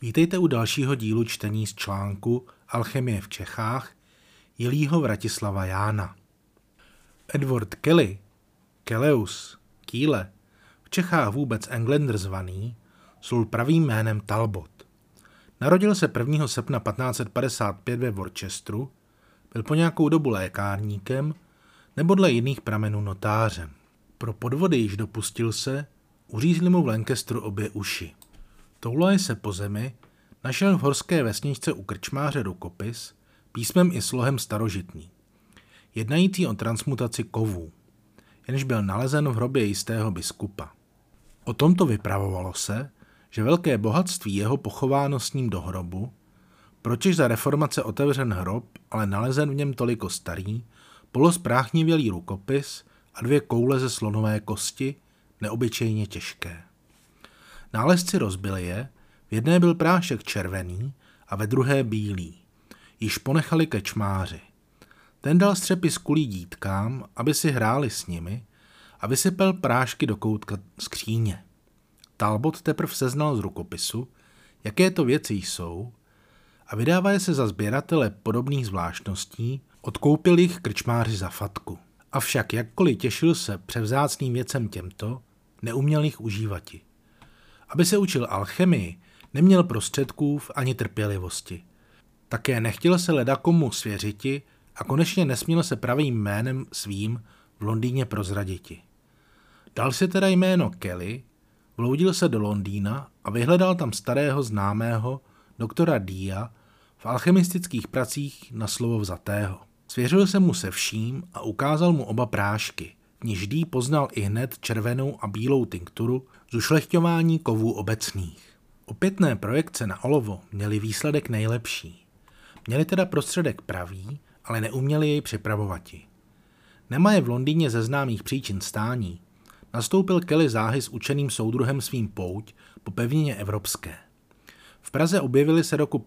Vítejte u dalšího dílu čtení z článku Alchemie v Čechách Jilího Vratislava Jána. Edward Kelly, Kelleus, Kýle, v Čechách vůbec Englander zvaný, slul pravým jménem Talbot. Narodil se 1. srpna 1555 ve Worcesteru, byl po nějakou dobu lékárníkem nebo dle jiných pramenů notářem. Pro podvody již dopustil se, uřízli mu v Lancasteru obě uši. Toulaj se po zemi, našel v horské vesničce u krčmáře rukopis, písmem i slohem starožitný, jednající o transmutaci kovů, jenž byl nalezen v hrobě jistého biskupa. O tomto vypravovalo se, že velké bohatství jeho pochováno s ním do hrobu, pročež za reformace otevřen hrob, ale nalezen v něm toliko starý, polospráchnivělý rukopis a 2 koule ze slonové kosti, neobyčejně těžké. Nálezci rozbili je, v jedné byl prášek červený a ve druhé bílý. Již ponechali krčmáři. Ten dal střepy z kulí dítkám, aby si hráli s nimi, a vysypal prášky do koutka skříně. Talbot teprv seznal z rukopisu, jaké to věci jsou, a vydávaje se za sběratele podobných zvláštností, odkoupil jich krčmáři za fatku. Avšak jakkoliv těšil se převzácným věcem těmto, neuměl jich užívati. Aby se učil alchemii, neměl prostředků ani trpělivosti. Také nechtěl se ledakomu svěřiti a konečně nesměl se pravým jménem svým v Londýně prozraditi. Dal si teda jméno Kelly, vloudil se do Londýna a vyhledal tam starého známého doktora Dia v alchemistických pracích na slovo vzatého. Svěřil se mu se vším a ukázal mu oba prášky, v níž Dee poznal ihned červenou a bílou tinkturu z ušlechťování kovů obecných. Opětné projekce na olovo měly výsledek nejlepší. Měli teda prostředek pravý, ale neuměli jej připravovati. Nemaje v Londýně ze známých příčin stání, nastoupil Kelly záhy s učeným soudruhem svým pouť po pevnině evropské. V Praze objevili se roku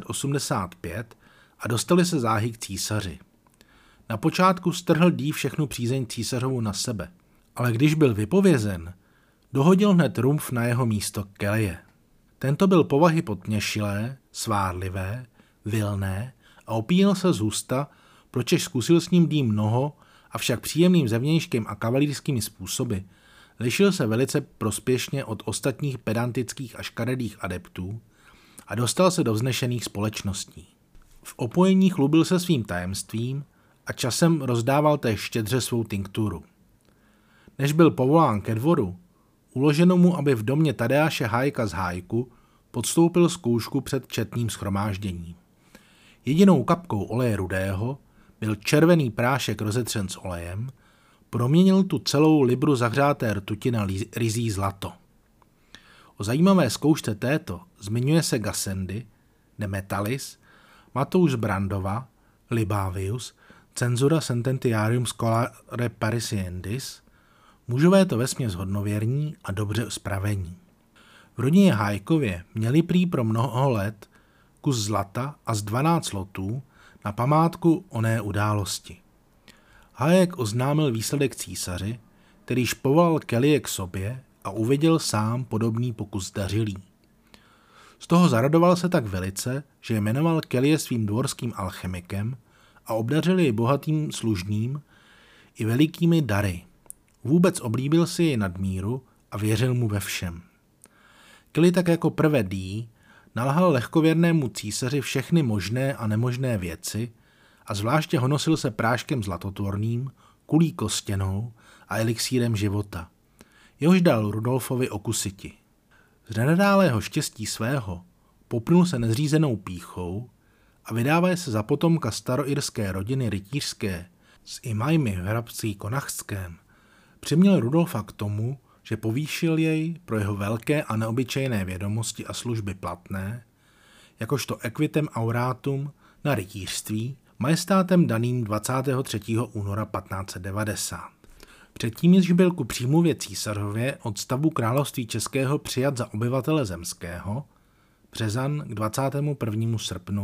1585 a dostali se záhy k císaři. Na počátku strhl Dee všechnu přízeň císařovu na sebe, ale když byl vypovězen, dohodil hned rumf na jeho místo Kellyje. Tento byl povahy podměšilé, svárlivé, vilné a opíjel se z husta, pročež zkusil s ním Dee mnoho, avšak příjemným zevnějškem a kavalírskými způsoby lišil se velice prospěšně od ostatních pedantických a škaredých adeptů a dostal se do vznešených společností. V opojení chlubil se svým tajemstvím a časem rozdával též štědře svou tinkturu. Než byl povolán ke dvoru, uloženo mu, aby v domě Tadeáše Hájka z Hájku podstoupil zkoušku před četným shromážděním. Jedinou kapkou oleje rudého byl červený prášek rozetřen s olejem, proměnil tu celou libru zahřáté rtuti na ryzí zlato. O zajímavé zkoušce této zmiňuje se Gassendi, De Metallis, Matouš z Brandova, Libavius, Censura Sententiarium Scholare Parisiendis, mužové to vesměs hodnověrní a dobře spravení. V rodině Hájkově měli prý pro mnoho let kus zlata a z 12 lotů na památku oné události. Hájek oznámil výsledek císaři, kterýž povolal Kellyje k sobě a uviděl sám podobný pokus zdařilý. Z toho zaradoval se tak velice, že jmenoval Kellyje svým dvorským alchemikem a obdařil jej bohatým služným i velikými dary. Vůbec oblíbil si jej nadmíru a věřil mu ve všem. Kelly tak jako prvé Dee nalhal lehkověrnému císaři všechny možné a nemožné věci a zvláště honosil se práškem zlatotvorným, kulí kostěnou a elixírem života. Jehož dal Rudolfovi okusiti. Z nenadálého štěstí svého popnul se nezřízenou pýchou a vydávaje se za potomka staroirské rodiny rytířské z Imajmy v hrabství Konachském, přiměl Rudolfa k tomu, že povýšil jej pro jeho velké a neobyčejné vědomosti a služby platné, jakožto equitem auratum na rytířství, majestátem daným 23. února 1590. Předtím již byl ku přímluvě císařově od stavu království českého přijat za obyvatele zemského, Březan k 21. srpnu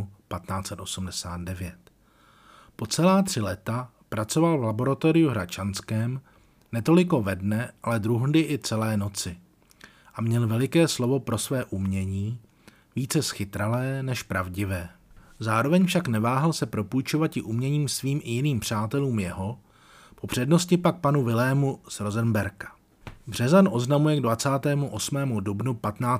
1589. Po celá 3 léta pracoval v laboratoriu hračanském, netoliko ve dne, ale druhdy i celé noci. A měl veliké slovo pro své umění, více schytralé než pravdivé. Zároveň však neváhal se propůjčovat i uměním svým i jiným přátelům jeho, po přednosti pak panu Vilému z Rosenberka. Březan oznamuje k 28. dubnu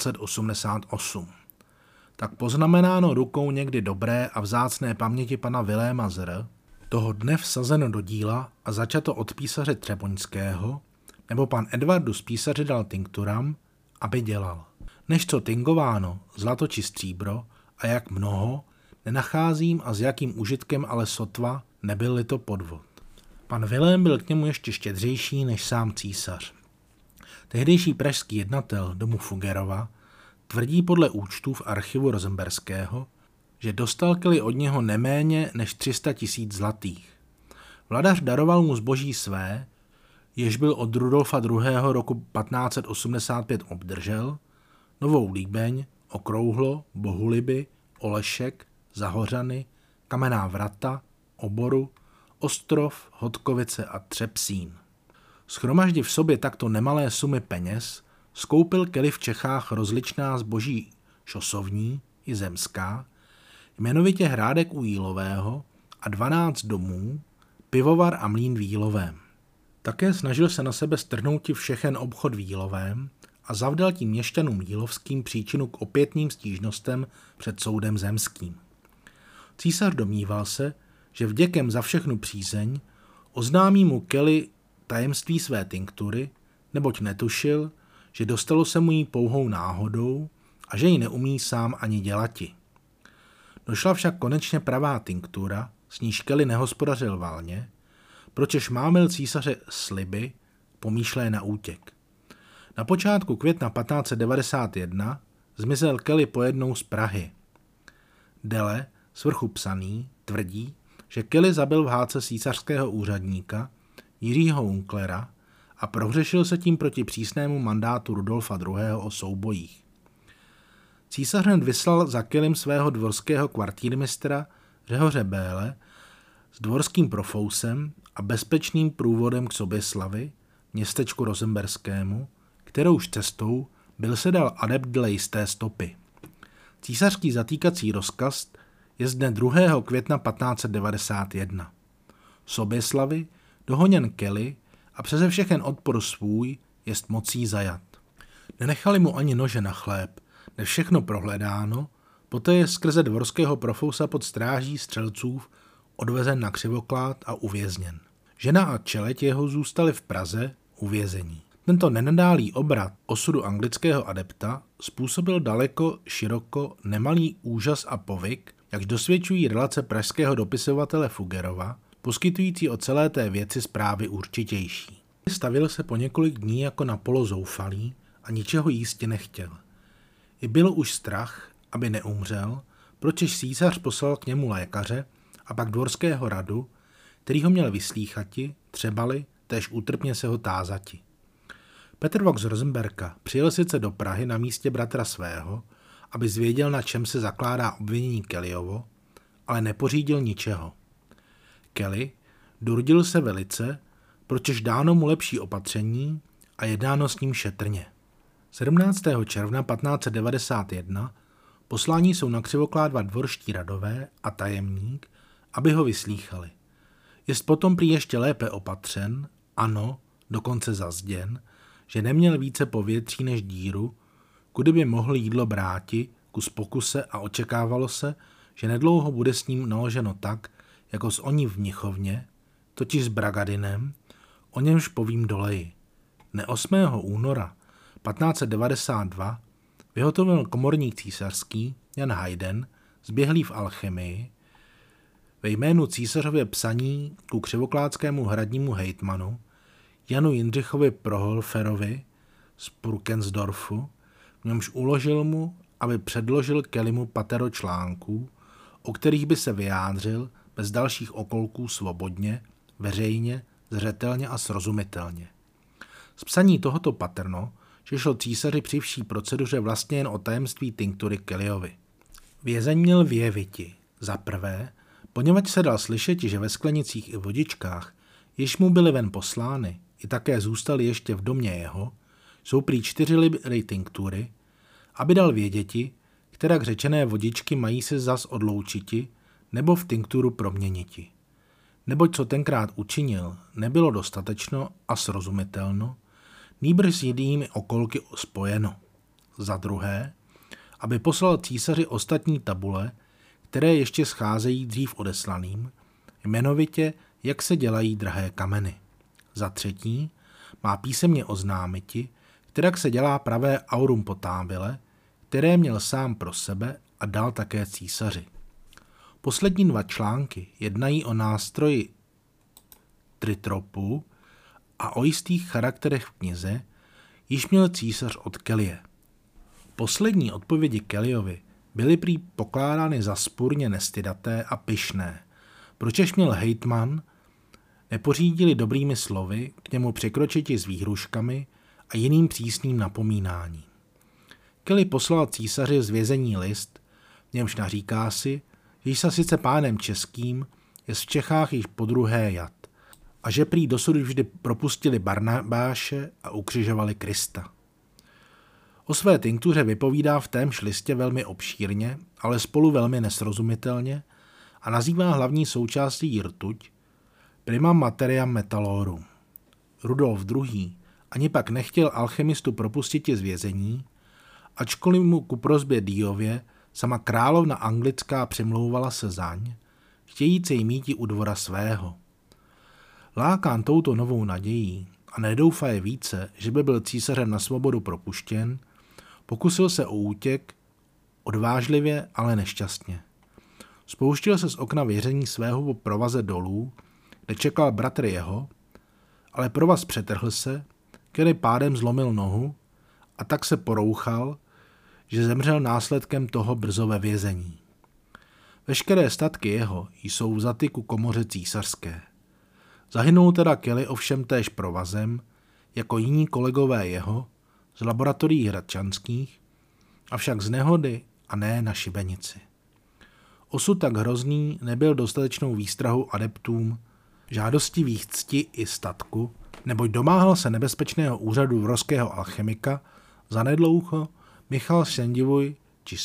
1588. Tak poznamenáno rukou někdy dobré a vzácné paměti pana Viléma z R, toho dne vsazeno do díla a začato od písaře Třeboňského, nebo pan Edvardus písaři dal tinkturam, aby dělal. Než co tingováno, zlato či stříbro, a jak mnoho, nenacházím a s jakým užitkem ale sotva, nebyl-li to podvod. Pan Vilém byl k němu ještě štědřejší než sám císař. Tehdejší pražský jednatel domu Fuggerova tvrdí podle účtů v archivu Rosenberského, že dostal Kelly od něho neméně než 300 000 zlatých. Vladař daroval mu zboží své, jež byl od Rudolfa II. Roku 1585 obdržel, Novou Líbeň, Okrouhlo, Bohuliby, Olešek, Zahořany, Kamenná Vrata, Oboru, Ostrov, Hodkovice a Třepsín. Shromaždí v sobě takto nemalé sumy peněz, skoupil Kelly v Čechách rozličná zboží šosovní i zemská, jmenovitě hrádek u Jílového a 12 domů, pivovar a mlýn v Jílovém. Také snažil se na sebe strhnouti všechen obchod v Jílovém a zavdal tím měšťanům jílovským příčinu k opětným stížnostem před soudem zemským. Císař domníval se, že vděkem za všechnu přízeň oznámí mu Kelly tajemství své tinktury, neboť netušil, že dostalo se mu jí pouhou náhodou a že ji neumí sám ani dělati. Došla však konečně pravá tinktura, s níž Kelly nehospodařil valně, pročež mámil císaře sliby, pomýšlé na útěk. Na počátku května 1591 zmizel Kelly pojednou z Prahy. Dele, svrchu psaný, tvrdí, že Kelly zabil v hádce císařského úřadníka Jiřího Unklera a prohřešil se tím proti přísnému mandátu Rudolfa II. O soubojích. Císař hned vyslal za Kellym svého dvorského kvartírmistra Řehoře Béle s dvorským profousem a bezpečným průvodem k Soběslavi, městečku Rosenberskému, kterouž cestou byl se dal adept dle jisté stopy. Císařský zatýkací rozkaz je z dne 2. května 1591. Soběslavi dohoněn Kelly a přeze všechen odpor svůj jest mocí zajat. Nenechali mu ani nože na chléb, než všechno prohledáno, poté je skrze dvorského profousa pod stráží střelcův odvezen na Křivoklád a uvězněn. Žena a čeleť jeho zůstali v Praze uvězení. Tento nenadálý obrat osudu anglického adepta způsobil daleko, široko, nemalý úžas a povyk, jakž dosvědčují relace pražského dopisovatele Fuggerova, poskytující o celé té věci zprávy určitější. Stavil se po několik dní jako na polozoufalý a ničeho jistě nechtěl. I byl už strach, aby neumřel, pročež císař poslal k němu lékaře a pak dvorského radu, který ho měl vyslýchati, třebali, též útrpně se ho tázati. Petr Vok z Rosenberka přijel sice do Prahy na místě bratra svého, aby zvěděl, na čem se zakládá obvinění Kellyjovo, ale nepořídil ničeho. Kelly durdil se velice, pročež dáno mu lepší opatření a jednáno s ním šetrně. 17. června 1591 poslání jsou na Křivoklád dva dvorští radové a tajemník, aby ho vyslýchali. Jest potom prý ještě lépe opatřen, ano, dokonce zazděn, že neměl více povětří než díru, kudy by mohl jídlo bráti, kus pokuse a očekávalo se, že nedlouho bude s ním naloženo tak, jako s oní v Mnichovně, totiž s Bragadinem, o němž povím doleji. Dne 8. února 1592 vyhotovil komorník císařský Jan Hayden, zběhlý v alchemii, ve jménu císařově psaní ku křivokládskému hradnímu hejtmanu Janu Jindřichovi Proholferovi z Purkensdorfu, v němž uložil mu, aby předložil Kellymu patero článků, o kterých by se vyjádřil bez dalších okolků svobodně, veřejně, zřetelně a srozumitelně. Z psaní tohoto paterno, že šlo císaři při vší proceduře vlastně jen o tajemství tinktury Kellyovi. Vězeň měl věviti. Za prvé, poněvadž se dal slyšet, že ve sklenicích i vodičkách, jež mu byly ven poslány, i také zůstaly ještě v domě jeho, jsou prý 4 libry tinktury, aby dal věděti, kterak řečené vodičky mají se zas odloučiti nebo v tinkturu proměniti. Neboť co tenkrát učinil, nebylo dostatečno a srozumitelno, nýbrž s jinými okolky spojeno. Za druhé, aby poslal císaři ostatní tabule, které ještě scházejí dřív odeslaným, jmenovitě, jak se dělají drahé kameny. Za třetí, má písemně oznámiti, kterak se dělá pravé aurum potabile, které měl sám pro sebe a dal také císaři. Poslední 2 články jednají o nástroji tritropu a o jistých charakterech v knize, již měl císař od Kellyje. Poslední odpovědi Kellyovi byly prý pokládány za spurně nestydaté a pyšné, pročež měl hejtman nepořídili dobrými slovy k němu překročiti s výhruškami a jiným přísným napomínáním. Kelly poslal císaři z vězení list, v němž naříká si, že se sice pánem českým je v Čechách již podruhé jat a že prý dosud vždy propustili Barnabáše a ukřižovali Krista. O své tinktuře vypovídá v témž listě velmi obšírně, ale spolu velmi nesrozumitelně a nazývá hlavní součástí rtuť prima materia metallorum. Rudolf II. Ani pak nechtěl alchemistu propustiti z vězení, ačkoliv mu ku prosbě Diově sama královna anglická přimlouvala se zaň, chtějící míti u dvora svého. Lákán touto novou nadějí a nedoufaje více, že by byl císařem na svobodu propuštěn, pokusil se o útěk, odvážlivě, ale nešťastně. Spouštěl se z okna věření svého po provaze dolů, kde čekal bratr jeho, ale provaz přetrhl se, který pádem zlomil nohu a tak se porouchal, že zemřel následkem toho brzo ve vězení. Veškeré statky jeho jsou vzaty ku komoře císařské. Zahynul teda Kelly ovšem též provazem, jako jiní kolegové jeho, z laboratorií hradčanských, avšak z nehody a ne na šibenici. Osud tak hrozný nebyl dostatečnou výstrahou adeptům žádostivých cti i statku, neboť domáhal se nebezpečného úřadu vroského alchemika zanedlouho Michal Sendivoj či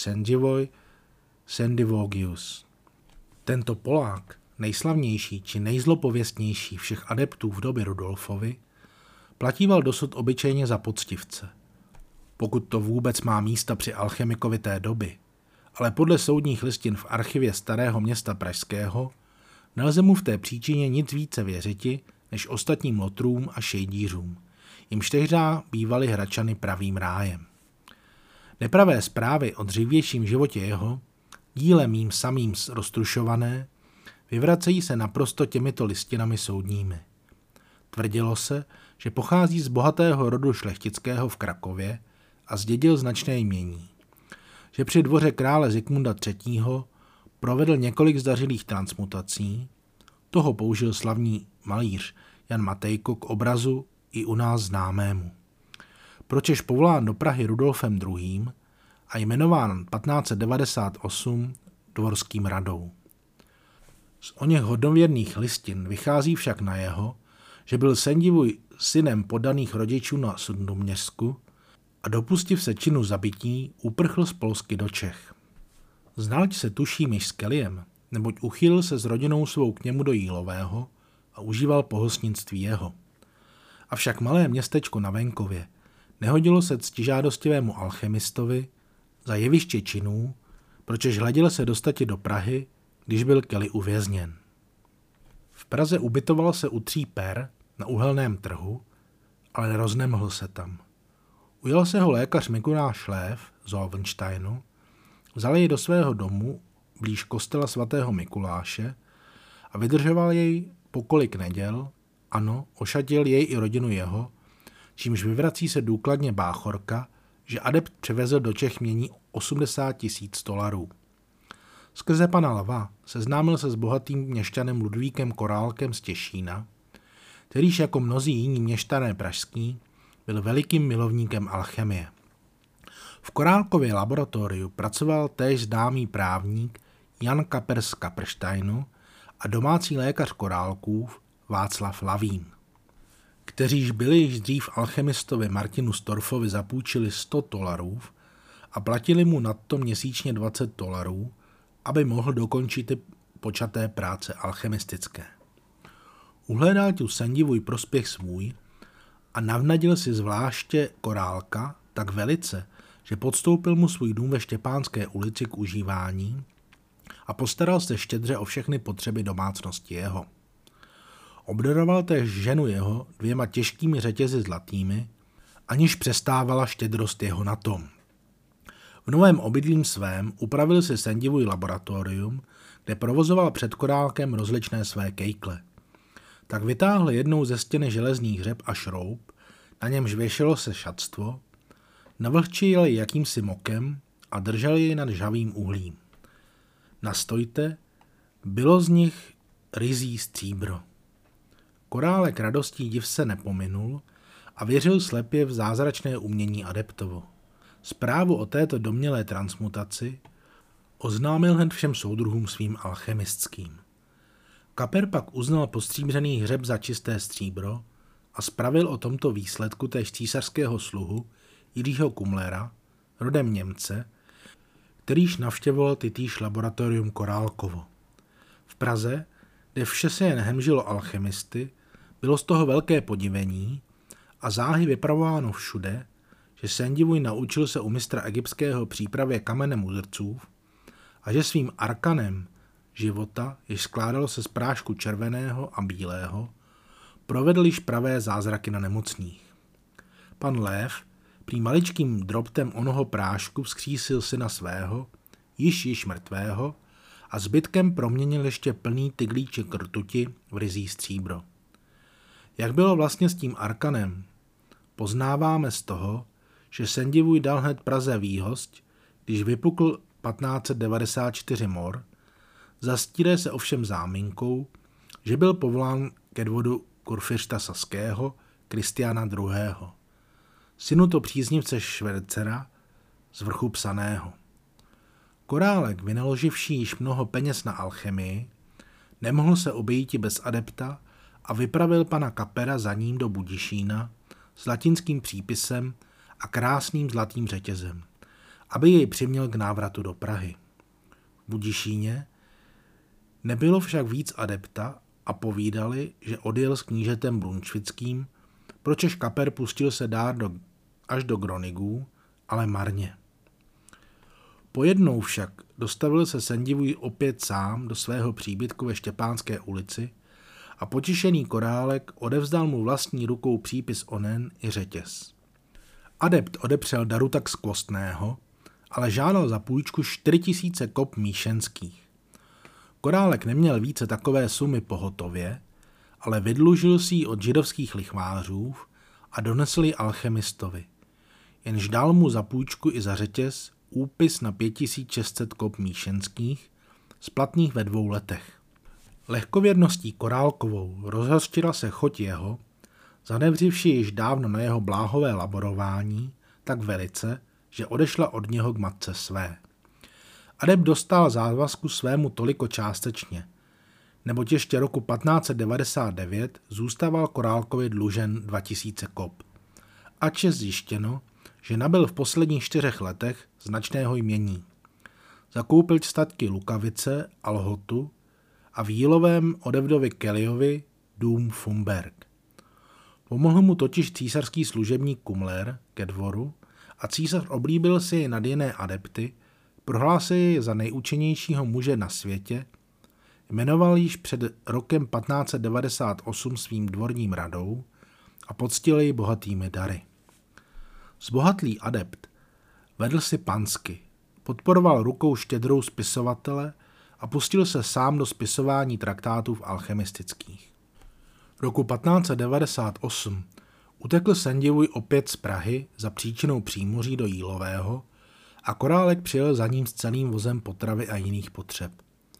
Sendivogius. Tento Polák, nejslavnější či nejzlopověstnější všech adeptů v době Rudolfovy, platíval dosud obyčejně za poctivce. Pokud to vůbec má místa při alchemikovi té doby, ale podle soudních listin v archivě Starého Města pražského nelze mu v té příčině nic více věřiti, než ostatním lotrům a šejdířům, jimž tehdy bývali Hradčany pravým rájem. Nepravé zprávy o dřívějším životě jeho, dílem mým samým roztrušované, vyvracejí se naprosto těmito listinami soudními. Tvrdilo se, že pochází z bohatého rodu šlechtického v Krakově a zdědil značné jmění, že při dvoře krále Zikmunda III. Provedl několik zdařilých transmutací, toho použil slavný malíř Jan Matejko k obrazu i u nás známému. Pročež povolán do Prahy Rudolfem II. A jmenován 1598 dvorským radou. Z oněch hodnověrných listin vychází však na jeho, že byl Sendivoj synem podaných rodičů na Sundoměřsku a dopustiv se činu zabití, uprchl z Polsky do Čech. Znalť se tuší myš s Kellyem, neboť uchýlil se s rodinou svou k němu do Jílového a užíval pohostnictví jeho. Avšak malé městečko na venkově nehodilo se ctižádostivému alchemistovi za jeviště činů, pročež hleděl se dostati do Prahy, když byl Kelly uvězněn. V Praze ubytoval se u 3 per na uhelném trhu, ale roznemhl se tam. Ujal se ho lékař Mikuláš Šlév z Olvensteinu, vzal jej do svého domu blíž kostela svatého Mikuláše a vydržoval jej pokolik neděl, ano, ošatil jej i rodinu jeho, čímž vyvrací se důkladně báchorka, že adept převezl do Čech mění $80,000. Skrze pana Lva seznámil se s bohatým měšťanem Ludvíkem Korálkem z Těšína, kterýž jako mnozí jiní měšťané pražský byl velikým milovníkem alchemie. V Korálkově laboratoriu pracoval též známý právník Jan Kapers z Kapersteinu a domácí lékař Korálkův Václav Lavín, kteříž byli již dřív alchemistovi Martinu Storfovi zapůjčili $100 a platili mu nadto měsíčně $20, aby mohl dokončit ty počaté práce alchemistické. Uhledal tu Sendivůj prospěch svůj a navnadil si zvláště Korálka tak velice, že podstoupil mu svůj dům ve Štěpánské ulici k užívání a postaral se štědře o všechny potřeby domácnosti jeho. Obdaroval též ženu jeho 2 těžkými řetězy zlatými, aniž přestávala štědrost jeho na tom. V novém obydlím svém upravil si Sendivůj laboratorium, kde provozoval před Korálkem rozličné své kejkle. Tak vytáhl jednou ze stěny železný hřeb a šroub, na němž věšelo se šatstvo, navlhčil ji jakýmsi mokem a držel ji nad žhavým uhlím. Nastojte, bylo z nich ryzí stříbro. Korálek radostí div se nepominul a věřil slepě v zázračné umění adeptovo. Zprávu o této domnělé transmutaci oznámil hned všem soudruhům svým alchemistickým. Kaper pak uznal postříbřený hřeb za čisté stříbro a spravil o tomto výsledku též císařského sluhu Jiřího Kumlera, rodem Němce, kterýž navštěvoval týž laboratorium Korálkovo. V Praze, kde vše se jen hemžilo alchemisty, bylo z toho velké podivení a záhy vypravováno všude, že Sendivůj naučil se u mistra egyptského přípravě kamenem mudrcův a že svým arkanem života, jež skládalo se z prášku červeného a bílého, provedl již pravé zázraky na nemocných. Pan Lév prý maličkým drobtem onoho prášku vzkřísil syna svého, již mrtvého, a zbytkem proměnil ještě plný tyglíček rtuti v ryzí stříbro. Jak bylo vlastně s tím arkanem? Poznáváme z toho, že Sendivůj dal hned Praze výhost, když vypukl 1594 mor, zastírá se ovšem záminkou, že byl povolán ke dvoru kurfiřta saského Kristiána II., synu to příznivce Švercera z vrchu psaného. Korálek, vynaloživší již mnoho peněz na alchemii, nemohl se obejít bez adepta a vypravil pana Kapera za ním do Budyšína s latinským přípisem a krásným zlatým řetězem, aby jej přiměl k návratu do Prahy. V Budyšíně nebylo však víc adepta a povídali, že odjel s knížetem Brunšvickým, pročež Kaper pustil se dát až do Gronigů, ale marně. Pojednou však dostavil se Sendivůj opět sám do svého příbytku ve Štěpánské ulici a potěšený Korálek odevzdal mu vlastní rukou přípis onen i řetěz. Adept odepřel daru tak skvostného, ale žádal za půjčku 4000 kop míšenských. Korálek neměl více takové sumy pohotově, ale vydlužil si ji od židovských lichvářů a donesl ji alchemistovi, jenž dal mu za půjčku i za řetěz úpis na 5600 kop míšenských, splatných ve 2 letech. Lehkověrností Korálkovou rozhořčila se choť jeho, zanevřivši již dávno na jeho bláhové laborování, tak velice, že odešla od něho k matce své. Adept dostal závazku svému toliko částečně, neboť ještě roku 1599 zůstával Korálkovi dlužen 2000 kop. Ač je zjištěno, že nabyl v posledních 4 letech značného jmění. Zakoupil statky Lukavice a Lhotu a v Jílovém odevdovi Keliovi dům Fumberg. Pomohl mu totiž císařský služebník Kumler ke dvoru a císař oblíbil si jej nad jiné adepty, prohlásil jej za nejúčinnějšího muže na světě, jmenoval již před rokem 1598 svým dvorním radou a poctil jej bohatými dary. Zbohatlý adept vedl si pansky, podporoval rukou štědrou spisovatele a pustil se sám do spisování traktátů alchemistických. Roku 1598 utekl Sendivůj opět z Prahy za příčinou přímoří do Jílového a Korálek přijel za ním s celým vozem potravy a jiných potřeb.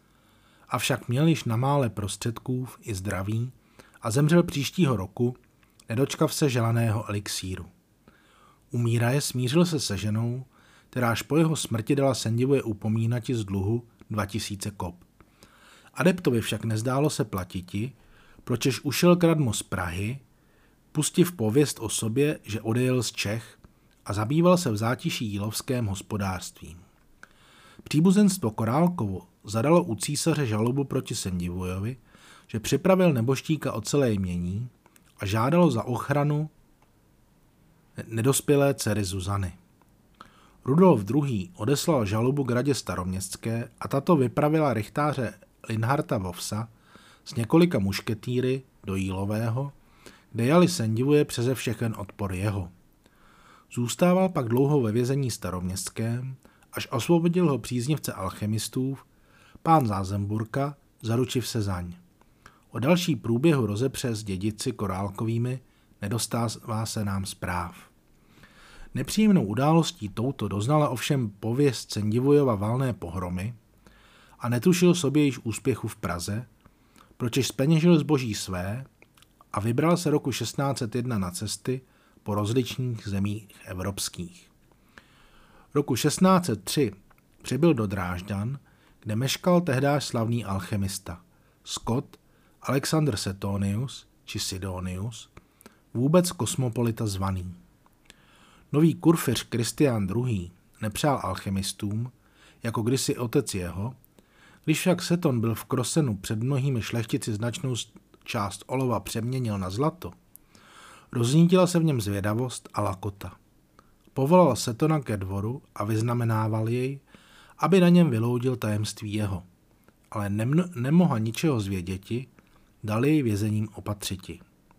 Avšak měl již namále prostředků i zdraví a zemřel příštího roku, nedočkav se želaného elixíru. Umíraje smířil se ženou, kteráž po jeho smrti dala Sendivuje upomínati z dluhu 2000 kop. Adeptovi však nezdálo se platiti, pročež ušel kradmo z Prahy, pustiv pověst o sobě, že odejel z Čech a zabýval se v zátiší jílovském hospodářstvím. Příbuzenstvo Korálkovo zadalo u císaře žalobu proti Sendivojovi, že připravil neboštíka o celé jmění a žádalo za ochranu nedospělé dcery Zuzany. Rudolf II. Odeslal žalobu k radě staroměstské a tato vypravila rychtáře Linharta Vovsa s několika mušketýry do Jílového, kde jali Sendivoje přeze všechen odpor jeho. Zůstával pak dlouho ve vězení staroměstském, až osvobodil ho příznivce alchemistů, pán Zázemburka, zaručiv se zaň. O další průběhu rozepře s dědici Korálkovými nedostává se nám zpráv. Nepříjemnou událostí touto doznala ovšem pověst Sendivojova valné pohromy a netušil sobě již úspěchu v Praze, pročež zpeněžil zboží své a vybral se roku 1601 na cesty po rozličných zemích evropských. Roku 1603 přibyl do Drážďan, kde meškal tehdáž slavný alchemista Skot Alexander Setonius či Sidonius, vůbec kosmopolita zvaný. Nový kurfiřt Kristián II. Nepřál alchemistům, jako kdysi otec jeho, když však Seton byl v Krosenu před mnohými šlechtici značnou část olova přeměnil na zlato, roznítila se v něm zvědavost a lakota. Povolal Setona ke dvoru a vyznamenával jej, aby na něm vyloudil tajemství jeho, ale nemohla ničeho zvěděti, dali jej vězením opatřiti.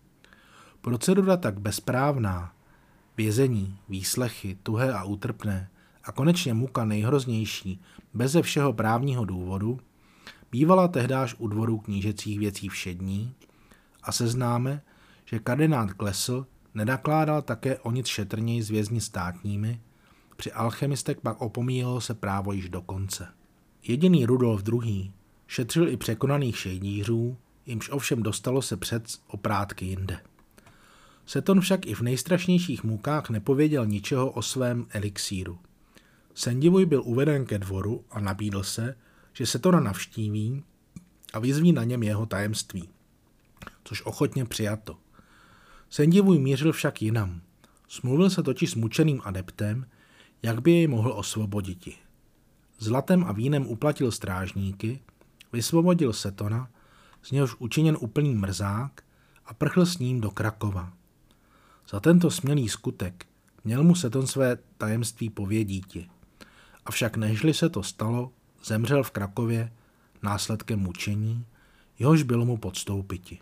Procedura tak bezprávná, vězení, výslechy, tuhé a útrpné a konečně muka nejhroznější, beze všeho právního důvodu, bývala tehdáž u dvorů knížecích věcí všední a seznáme, že kardinál Klesl nenakládal také o nic šetrněji s vězni státními, při alchemistek pak opomíjelo se právo již do konce. Jediný Rudolf II. Šetřil i překonaných šejdířů, jimž ovšem dostalo se přec oprátky jinde. Seton však i v nejstrašnějších můkách nepověděl ničeho o svém elixíru. Sendivoj byl uveden ke dvoru a nabídl se, že Setona navštíví a vyzví na něm jeho tajemství, což ochotně přijato. Sendivoj mířil však jinam. Smluvil se totiž s mučeným adeptem, jak by jej mohl osvoboditi. Zlatem a vínem uplatil strážníky, vysvobodil Setona, z něhož učiněn úplný mrzák a prchl s ním do Krakova. Za tento smělý skutek měl mu Seton své tajemství povědíti. Avšak nežli se to stalo, zemřel v Krakově následkem mučení, jehož bylo mu podstoupiti.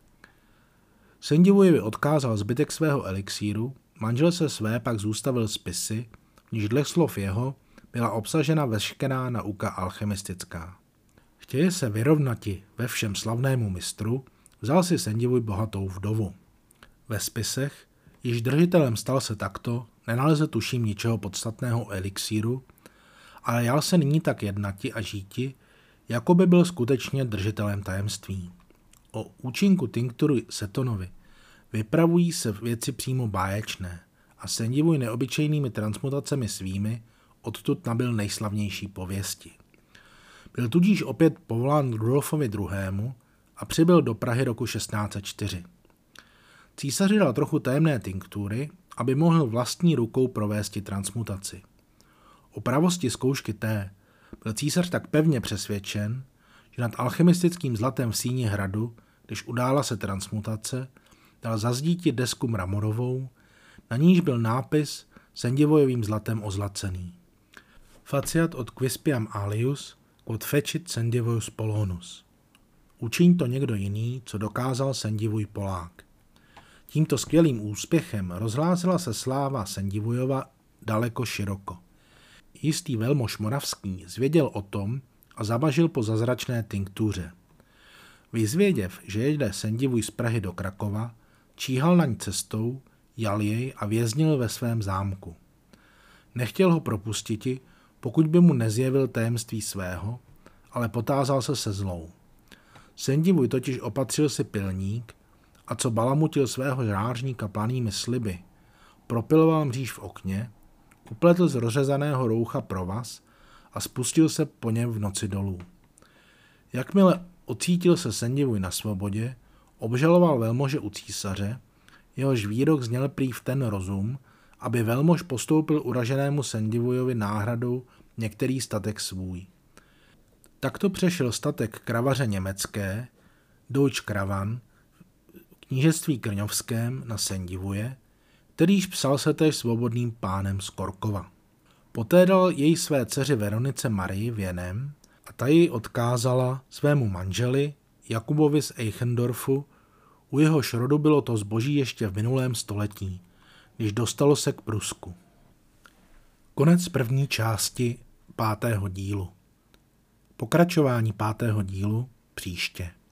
Sendivojovi odkázal zbytek svého elixíru, manželce své pak zůstavil spisy, v níž dle slov jeho byla obsažena veškerá nauka alchemistická. Chtěje se vyrovnati ve všem slavnému mistru, vzal si Sendivoj bohatou vdovu. Ve spisech, již držitelem stal se takto, nenaleze tuším ničeho podstatného elixíru, ale jal se nyní tak jednati a žíti, jako by byl skutečně držitelem tajemství. O účinku tinktury Setonovi vypravují se věci přímo báječné a Sendivoj neobyčejnými transmutacemi svými odtud nabyl nejslavnější pověsti. Byl tudíž opět povolán Rudolfovi II. A přibyl do Prahy roku 1604. Císaři dal trochu tajemné tinktury, aby mohl vlastní rukou provést transmutaci. O pravosti zkoušky té byl císař tak pevně přesvědčen, že nad alchemistickým zlatem v síni hradu, když udála se transmutace, dal zazdítit desku mramorovou, na níž byl nápis Sendivojovým zlatem ozlacený. Faciat od Quispiam alius, quod fecit Sendivojus Polonus. Učiň to někdo jiný, co dokázal Sendivoj Polák. Tímto skvělým úspěchem rozhlásila se sláva Sendivojova daleko široko. Jistý velmož moravský zvěděl o tom a zavažil po zázračné tinktuře. Vyzvěděv, že jede Sendivoj z Prahy do Krakova, číhal na ní cestou, jal jej a věznil ve svém zámku. Nechtěl ho propustiti, pokud by mu nezjevil tajemství svého, ale potázal se zlou. Sendivoj totiž opatřil si pilník a co balamutil svého žrářníka planými sliby, propiloval mříž v okně, upletl z rozřezaného roucha provaz a spustil se po něm v noci dolů. Jakmile ocítil se Sendivoj na svobodě, obžaloval velmože u císaře, jehož výrok zněl prý v ten rozum, aby velmož postoupil uraženému Sendivojovi náhradou některý statek svůj. Takto přešel statek kravaře německé, Deutsche Kravan, v knížectví Krňovském na Sendivuje, kterýž psal se též svobodným pánem z Korkova. Poté dal jej své dceři Veronice Marii věnem a ta jej odkázala svému manželi Jakubovi z Eichendorfu, u jehož rodu bylo to zboží ještě v minulém století, když dostalo se k Prusku. Konec první části 5. dílu. Pokračování 5. dílu příště.